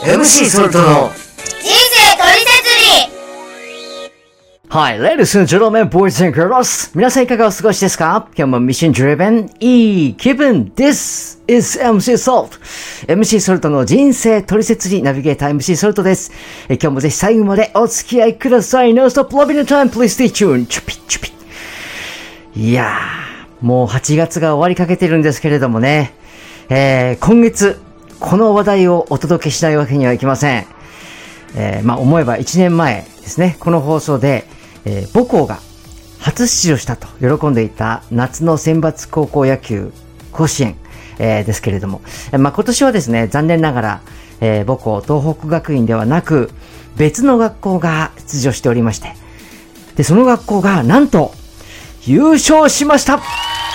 MC ソルトの人生トリセツはい、Ladies and Gentlemen, Boys and Girls 皆さんいかがお過ごしですか？今日もミッションドリブンいい気分 This is MC Salt MC ソルトの人生トリセツにナビゲーター MC ソルトです。今日もぜひ最後までお付き合いください。 No stop loving the time, please stay tuned チュピチュピ。いやー、もう8月が終わりかけてるんですけれどもね、今月この話題をお届けしないわけにはいきません。思えば1年前ですね、この放送で、母校が初出場したと喜んでいた夏の選抜高校野球甲子園、ですけれども、今年はですね、残念ながら、母校東北学院ではなく別の学校が出場しておりまして、でその学校がなんと優勝しました。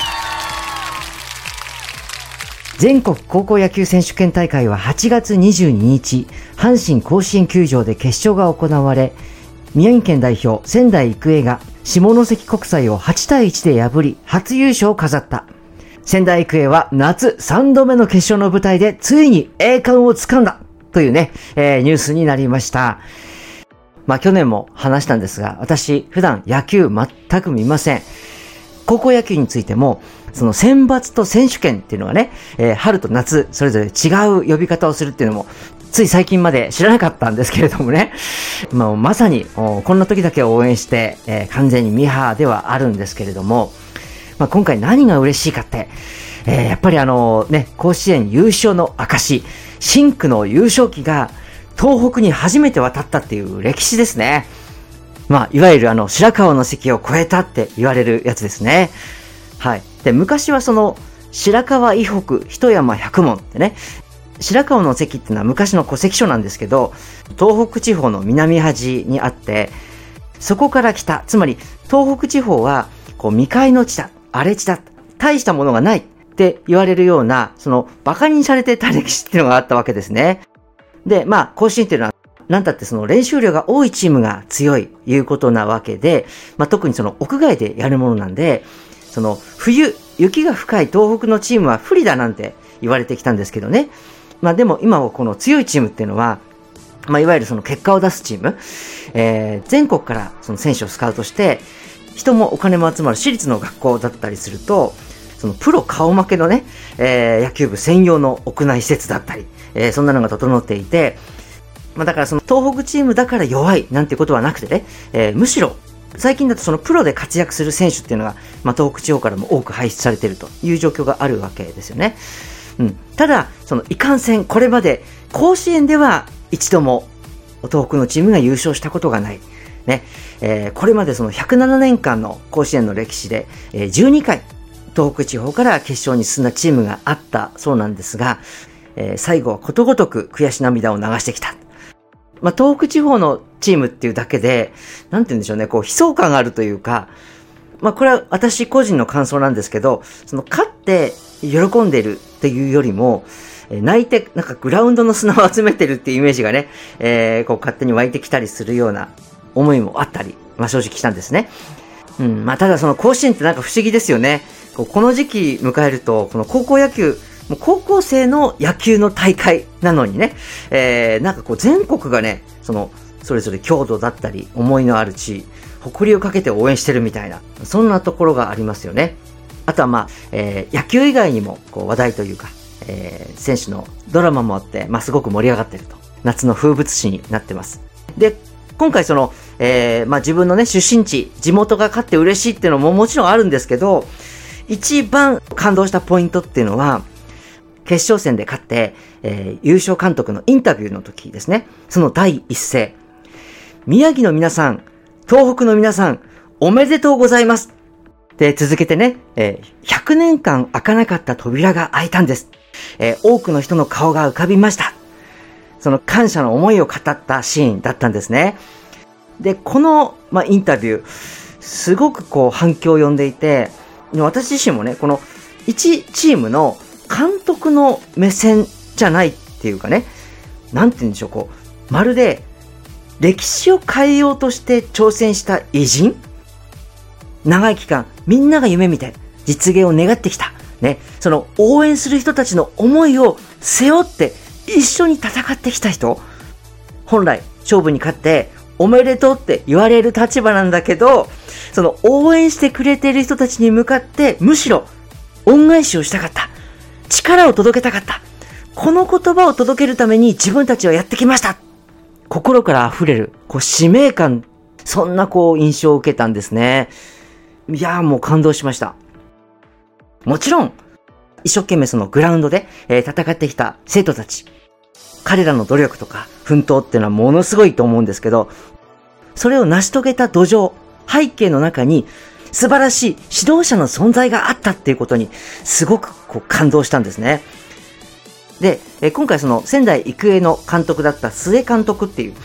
全国高校野球選手権大会は8月22日、阪神甲子園球場で決勝が行われ、宮城県代表仙台育英が下関国際を8対1で破り初優勝を飾った。仙台育英は夏3度目の決勝の舞台でついに栄冠を掴んだというね、ニュースになりました。去年も話したんですが、私普段野球全く見ません。高校野球についてもその選抜と選手権っていうのがね、春と夏それぞれ違う呼び方をするっていうのもつい最近まで知らなかったんですけれどもね、まさにこんな時だけ応援して、完全にミーハーではあるんですけれども、今回何が嬉しいかって、やっぱり甲子園優勝の証、深紅の優勝旗が東北に初めて渡ったっていう歴史ですね。いわゆる白河の関を越えたって言われるやつですね。はい。で、昔はその白河以北一山百門ってね、白河の関っていうのは昔の戸籍所なんですけど、東北地方の南端にあって、そこから北、つまり東北地方は未開の地だ、荒れ地だ、大したものがないって言われるような、その馬鹿にされてた歴史っていうのがあったわけですね。で、甲子園っていうのはなんだってその練習量が多いチームが強いいうことなわけで、特にその屋外でやるものなんで、その冬、雪が深い東北のチームは不利だなんて言われてきたんですけどね。でも今はこの強いチームっていうのは、いわゆるその結果を出すチーム、全国からその選手をスカウトして、人もお金も集まる私立の学校だったりすると、そのプロ顔負けのね、野球部専用の屋内施設だったり、そんなのが整っていて、だからその東北チームだから弱いなんてことはなくてね、むしろ最近だとそのプロで活躍する選手っていうのが、東北地方からも多く輩出されているという状況があるわけですよね。ただそのいかんせんこれまで甲子園では一度も東北のチームが優勝したことがないね。これまでその107年間の甲子園の歴史で、12回東北地方から決勝に進んだチームがあったそうなんですが、最後はことごとく悔し涙を流してきた。東北地方のチームっていうだけで、なんて言うんでしょうね、悲壮感があるというか、これは私個人の感想なんですけど、その勝って喜んでるっていうよりも、泣いてなんかグラウンドの砂を集めてるっていうイメージがね、勝手に湧いてきたりするような思いもあったり、正直したんですね。ただその甲子園ってなんか不思議ですよね。この時期迎えると、この高校野球、もう高校生の野球の大会なのにね、なんか全国がね、それぞれ郷土だったり思いのある地、誇りをかけて応援してるみたいな、そんなところがありますよね。あとは野球以外にも話題というか、選手のドラマもあって、すごく盛り上がってると、夏の風物詩になってます。で、今回自分のね、出身地、地元が勝って嬉しいっていうのももちろんあるんですけど、一番感動したポイントっていうのは、決勝戦で勝って、優勝監督のインタビューの時ですね。その第一声。宮城の皆さん、東北の皆さん、おめでとうございます。で、続けてね、100年間開かなかった扉が開いたんです。多くの人の顔が浮かびました。その感謝の思いを語ったシーンだったんですね。で、この、インタビュー、すごく反響を呼んでいて、私自身もね、この1チームの監督の目線じゃないっていうかね、なんて言うんでしょう、まるで歴史を変えようとして挑戦した偉人、長い期間みんなが夢見て実現を願ってきたね、その応援する人たちの思いを背負って一緒に戦ってきた人、本来勝負に勝っておめでとうって言われる立場なんだけど、その応援してくれている人たちに向かってむしろ恩返しをしたかった。力を届けたかった。この言葉を届けるために自分たちはやってきました。心から溢れる、使命感、そんな印象を受けたんですね。いやーもう感動しました。もちろん、一生懸命そのグラウンドで、戦ってきた生徒たち。彼らの努力とか奮闘っていうのはものすごいと思うんですけど、それを成し遂げた土壌、背景の中に素晴らしい指導者の存在があったっていうことにすごく感動したんですね。で、今回その仙台育英の監督だった須江監督っていう、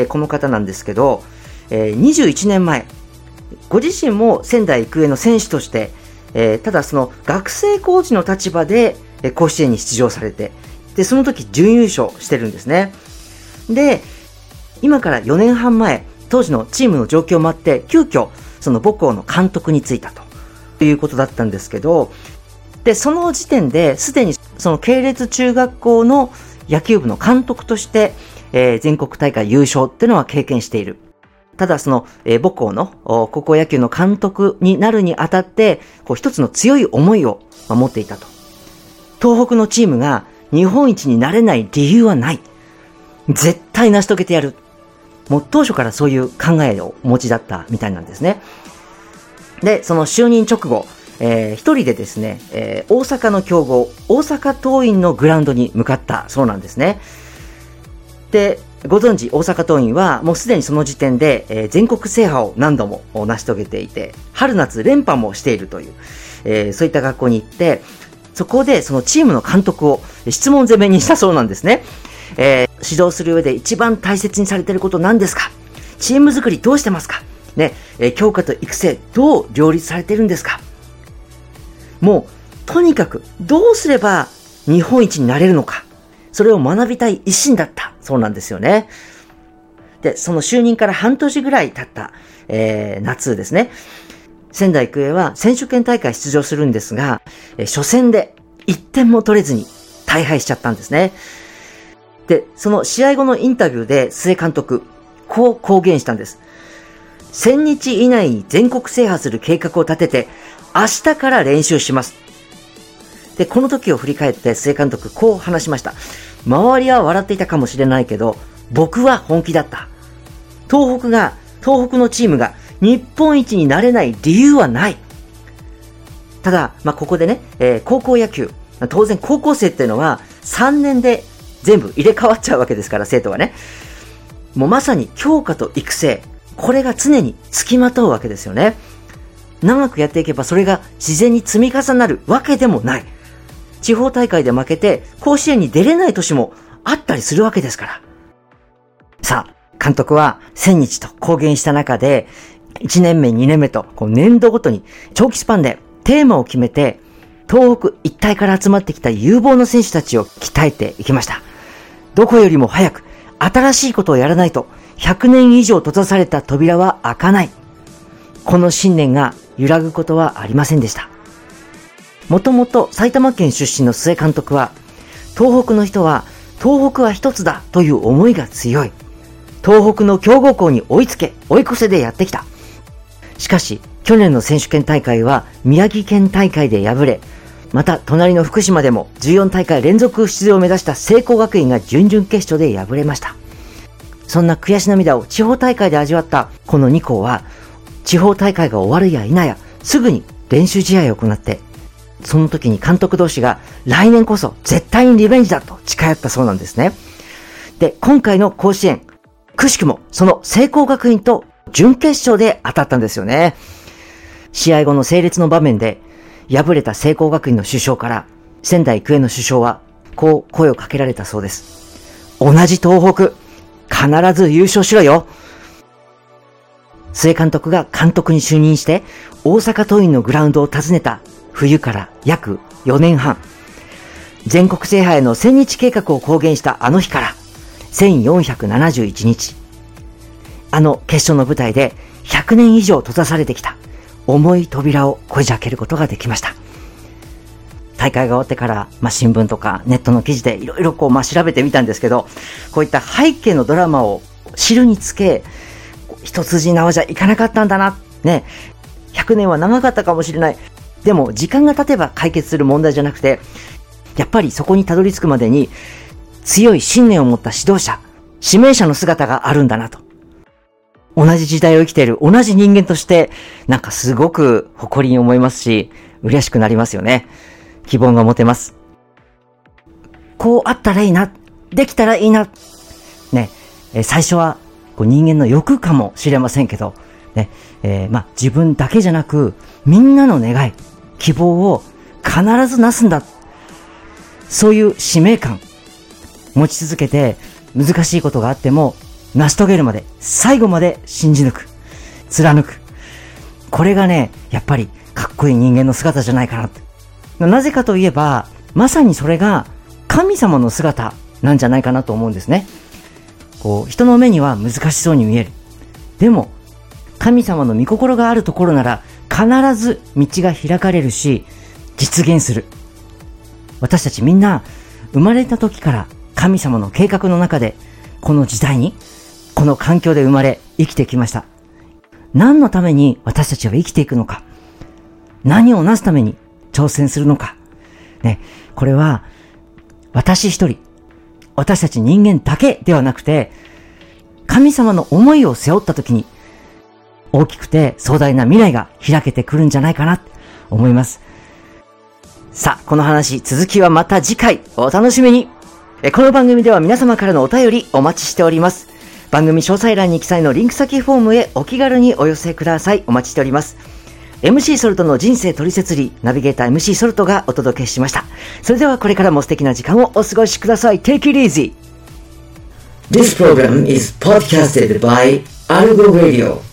この方なんですけど、21年前、ご自身も仙台育英の選手として、ただその学生コーチの立場で甲子園に出場されて、で、その時準優勝してるんですね。で、今から4年半前、当時のチームの状況もあって、急遽その母校の監督に就いたということだったんですけど、で、その時点ですでにその系列中学校の野球部の監督として、全国大会優勝っていうのは経験している。ただその、母校の高校野球の監督になるにあたって、一つの強い思いを持っていたと。東北のチームが日本一になれない理由はない。絶対成し遂げてやる。もう当初からそういう考えをお持ちだったみたいなんですね。で、その就任直後、一人でですね、大阪の強豪、大阪桐蔭のグラウンドに向かったそうなんですね。で、ご存知、大阪桐蔭はもうすでにその時点で、全国制覇を何度も成し遂げていて、春夏連覇もしているという、そういった学校に行って、そこでそのチームの監督を質問攻めにしたそうなんですね。指導する上で一番大切にされていること何ですか？チーム作りどうしてますか？ね、強化と育成どう両立されているんですか？もう、とにかくどうすれば日本一になれるのか、それを学びたい一心だったそうなんですよね。で、その就任から半年ぐらい経った、夏ですね。仙台育英は選手権大会出場するんですが、初戦で1点も取れずに大敗しちゃったんですね。で、その試合後のインタビューで須江監督、こう公言したんです。1000日以内に全国制覇する計画を立てて、明日から練習します。で、この時を振り返って須江監督、こう話しました。周りは笑っていたかもしれないけど、僕は本気だった。東北のチームが日本一になれない理由はない。ただ、ここでね、高校野球、当然高校生っていうのは3年で全部入れ替わっちゃうわけですから、生徒がね。もうまさに強化と育成、これが常に付きまとうわけですよね。長くやっていけばそれが自然に積み重なるわけでもない。地方大会で負けて甲子園に出れない年もあったりするわけですから。さあ、監督は1000日と公言した中で、1年目、2年目と年度ごとに長期スパンでテーマを決めて、東北一帯から集まってきた有望な選手たちを鍛えていきました。どこよりも早く新しいことをやらないと100年以上閉ざされた扉は開かない。この信念が揺らぐことはありませんでした。もともと埼玉県出身の須江監督は、東北の人は東北は一つだという思いが強い。東北の強豪校に追いつけ、追い越せでやってきた。しかし、去年の選手権大会は宮城県大会で敗れ、また隣の福島でも14大会連続出場を目指した聖光学院が準々決勝で敗れました。そんな悔し涙を地方大会で味わったこの2校は、地方大会が終わるや否や、すぐに練習試合を行って、その時に監督同士が来年こそ絶対にリベンジだと誓い合ったそうなんですね。で、今回の甲子園、くしくもその聖光学院と準決勝で当たったんですよね。試合後の整列の場面で、敗れた聖光学院の主将から仙台育英の主将はこう声をかけられたそうです。同じ東北、必ず優勝しろよ。須江監督が監督に就任して大阪桐蔭のグラウンドを訪ねた冬から約4年半。全国制覇への1000日計画を公言したあの日から1471日。あの決勝の舞台で100年以上閉ざされてきた重い扉をこじ開けることができました。 大会が終わってから、新聞とかネットの記事でいろいろ調べてみたんですけど、こういった背景のドラマを知るにつけ、一筋縄じゃいかなかったんだな。ね。100年は長かったかもしれない。でも、時間が経てば解決する問題じゃなくて、やっぱりそこにたどり着くまでに、強い信念を持った指導者、指名者の姿があるんだなと。同じ時代を生きている同じ人間として、なんかすごく誇りに思いますし、嬉しくなりますよね。希望が持てます。こうあったらいいな、できたらいいな。ね、最初は人間の欲かもしれませんけど、ね、自分だけじゃなく、みんなの願い、希望を必ずなすんだ。そういう使命感、持ち続けて、難しいことがあっても、成し遂げるまで、最後まで信じ抜く、貫く。これがね、やっぱりかっこいい人間の姿じゃないかな。なぜかといえば、まさにそれが神様の姿なんじゃないかなと思うんですね。人の目には難しそうに見える。でも、神様の御心があるところなら、必ず道が開かれるし、実現する。私たちみんな、生まれた時から神様の計画の中で、この時代に、この環境で生まれ、生きてきました。何のために私たちは生きていくのか。何をなすために挑戦するのか。ね、これは、私一人、私たち人間だけではなくて、神様の思いを背負った時に、大きくて壮大な未来が開けてくるんじゃないかな、と思います。さあ、この話、続きはまた次回、お楽しみに。この番組では皆様からのお便りお待ちしております。番組詳細欄に記載のリンク先フォームへお気軽にお寄せください。お待ちしております。MC ソルトの人生取説理、ナビゲーター MC ソルトがお届けしました。それではこれからも素敵な時間をお過ごしください。Take it easy! This program is podcasted by Algo Radio.